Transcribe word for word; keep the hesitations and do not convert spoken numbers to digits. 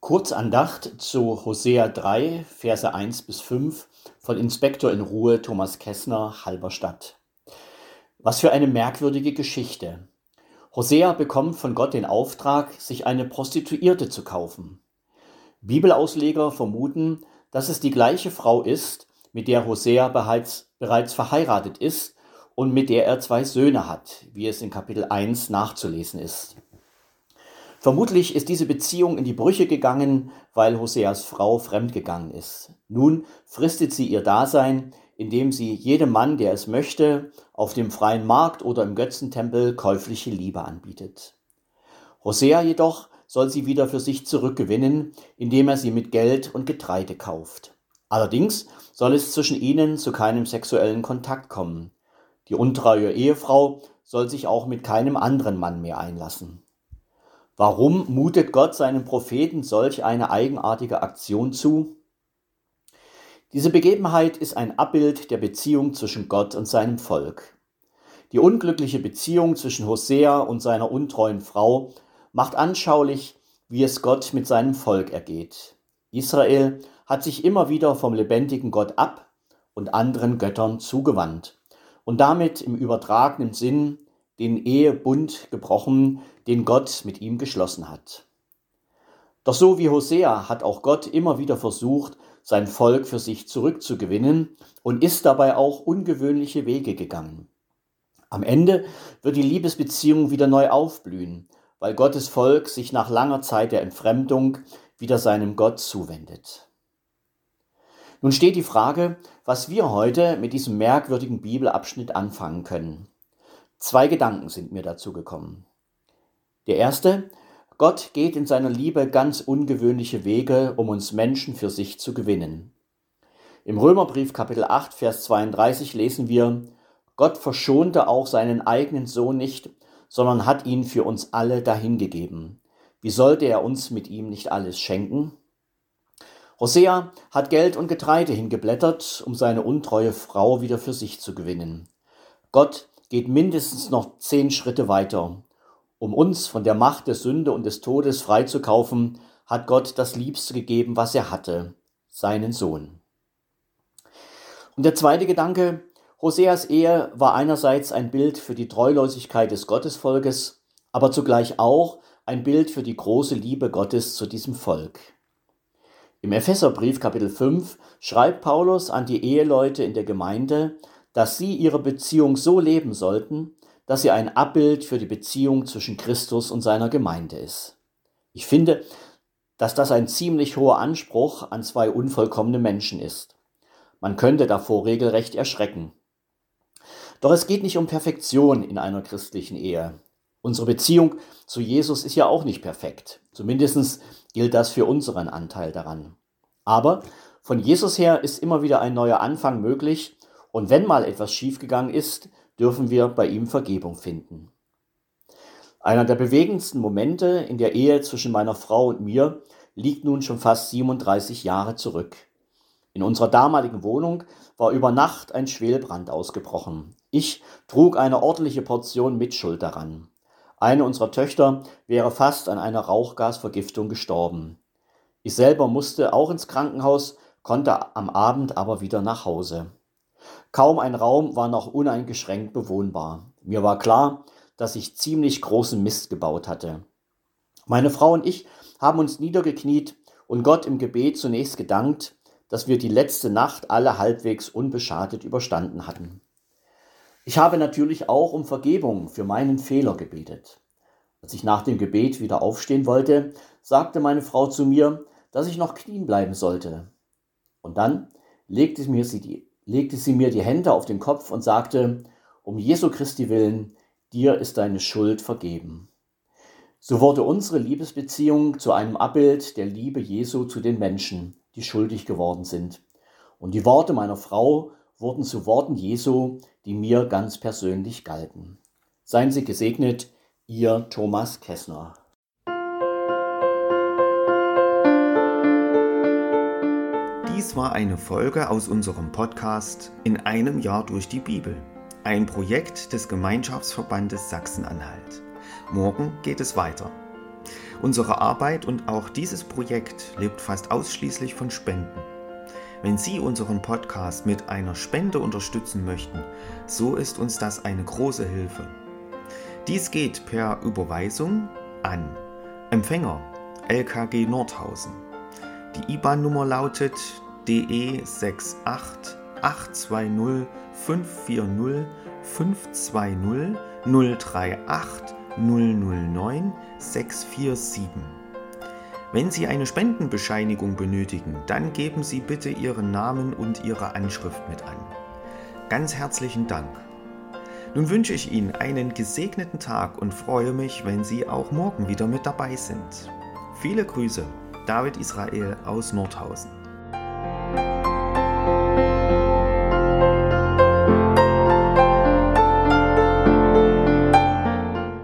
Kurzandacht zu Hosea drei, Verse eins bis fünf von Inspektor in Ruhe Thomas Kessner, Halberstadt. Was für eine merkwürdige Geschichte. Hosea bekommt von Gott den Auftrag, sich eine Prostituierte zu kaufen. Bibelausleger vermuten, dass es die gleiche Frau ist, mit der Hosea bereits, bereits verheiratet ist und mit der er zwei Söhne hat, wie es in Kapitel eins nachzulesen ist. Vermutlich ist diese Beziehung in die Brüche gegangen, weil Hoseas Frau fremdgegangen ist. Nun fristet sie ihr Dasein, indem sie jedem Mann, der es möchte, auf dem freien Markt oder im Götzentempel käufliche Liebe anbietet. Hosea jedoch soll sie wieder für sich zurückgewinnen, indem er sie mit Geld und Getreide kauft. Allerdings soll es zwischen ihnen zu keinem sexuellen Kontakt kommen. Die untreue Ehefrau soll sich auch mit keinem anderen Mann mehr einlassen. Warum mutet Gott seinen Propheten solch eine eigenartige Aktion zu? Diese Begebenheit ist ein Abbild der Beziehung zwischen Gott und seinem Volk. Die unglückliche Beziehung zwischen Hosea und seiner untreuen Frau macht anschaulich, wie es Gott mit seinem Volk ergeht. Israel hat sich immer wieder vom lebendigen Gott ab und anderen Göttern zugewandt und damit im übertragenen Sinn den Ehebund gebrochen, den Gott mit ihm geschlossen hat. Doch so wie Hosea hat auch Gott immer wieder versucht, sein Volk für sich zurückzugewinnen und ist dabei auch ungewöhnliche Wege gegangen. Am Ende wird die Liebesbeziehung wieder neu aufblühen, weil Gottes Volk sich nach langer Zeit der Entfremdung wieder seinem Gott zuwendet. Nun steht die Frage, was wir heute mit diesem merkwürdigen Bibelabschnitt anfangen können. Zwei Gedanken sind mir dazu gekommen. Der erste: Gott geht in seiner Liebe ganz ungewöhnliche Wege, um uns Menschen für sich zu gewinnen. Im Römerbrief Kapitel acht, Vers zweiunddreißig lesen wir: Gott verschonte auch seinen eigenen Sohn nicht, sondern hat ihn für uns alle dahingegeben. Wie sollte er uns mit ihm nicht alles schenken? Hosea hat Geld und Getreide hingeblättert, um seine untreue Frau wieder für sich zu gewinnen. Gott geht mindestens noch zehn Schritte weiter. Um uns von der Macht der Sünde und des Todes freizukaufen, hat Gott das Liebste gegeben, was er hatte, seinen Sohn. Und der zweite Gedanke: Hoseas Ehe war einerseits ein Bild für die Treulosigkeit des Gottesvolkes, aber zugleich auch ein Bild für die große Liebe Gottes zu diesem Volk. Im Epheserbrief Kapitel fünf schreibt Paulus an die Eheleute in der Gemeinde, dass sie ihre Beziehung so leben sollten, dass sie ein Abbild für die Beziehung zwischen Christus und seiner Gemeinde ist. Ich finde, dass das ein ziemlich hoher Anspruch an zwei unvollkommene Menschen ist. Man könnte davor regelrecht erschrecken. Doch es geht nicht um Perfektion in einer christlichen Ehe. Unsere Beziehung zu Jesus ist ja auch nicht perfekt. Zumindest gilt das für unseren Anteil daran. Aber von Jesus her ist immer wieder ein neuer Anfang möglich. Und wenn mal etwas schiefgegangen ist, dürfen wir bei ihm Vergebung finden. Einer der bewegendsten Momente in der Ehe zwischen meiner Frau und mir liegt nun schon fast siebenunddreißig Jahre zurück. In unserer damaligen Wohnung war über Nacht ein Schwelbrand ausgebrochen. Ich trug eine ordentliche Portion Mitschuld daran. Eine unserer Töchter wäre fast an einer Rauchgasvergiftung gestorben. Ich selber musste auch ins Krankenhaus, konnte am Abend aber wieder nach Hause. Kaum ein Raum war noch uneingeschränkt bewohnbar. Mir war klar, dass ich ziemlich großen Mist gebaut hatte. Meine Frau und ich haben uns niedergekniet und Gott im Gebet zunächst gedankt, dass wir die letzte Nacht alle halbwegs unbeschadet überstanden hatten. Ich habe natürlich auch um Vergebung für meinen Fehler gebetet. Als ich nach dem Gebet wieder aufstehen wollte, sagte meine Frau zu mir, dass ich noch knien bleiben sollte. Und dann legte mir sie die legte sie mir die Hände auf den Kopf und sagte: Um Jesu Christi willen, dir ist deine Schuld vergeben. So wurde unsere Liebesbeziehung zu einem Abbild der Liebe Jesu zu den Menschen, die schuldig geworden sind. Und die Worte meiner Frau wurden zu Worten Jesu, die mir ganz persönlich galten. Seien Sie gesegnet, Ihr Thomas Kessner. Dies war eine Folge aus unserem Podcast In einem Jahr durch die Bibel, ein Projekt des Gemeinschaftsverbandes Sachsen-Anhalt. Morgen geht es weiter. Unsere Arbeit und auch dieses Projekt lebt fast ausschließlich von Spenden. Wenn Sie unseren Podcast mit einer Spende unterstützen möchten, so ist uns das eine große Hilfe. Dies geht per Überweisung an Empfänger L K G Nordhausen. Die I B A N-Nummer lautet D E sechs acht acht zwei null fünf vier null fünf zwei null null drei acht null null neun sechs vier sieben. Wenn Sie eine Spendenbescheinigung benötigen, dann geben Sie bitte Ihren Namen und Ihre Anschrift mit an. Ganz herzlichen Dank. Nun wünsche ich Ihnen einen gesegneten Tag und freue mich, wenn Sie auch morgen wieder mit dabei sind. Viele Grüße, David Israel aus Nordhausen.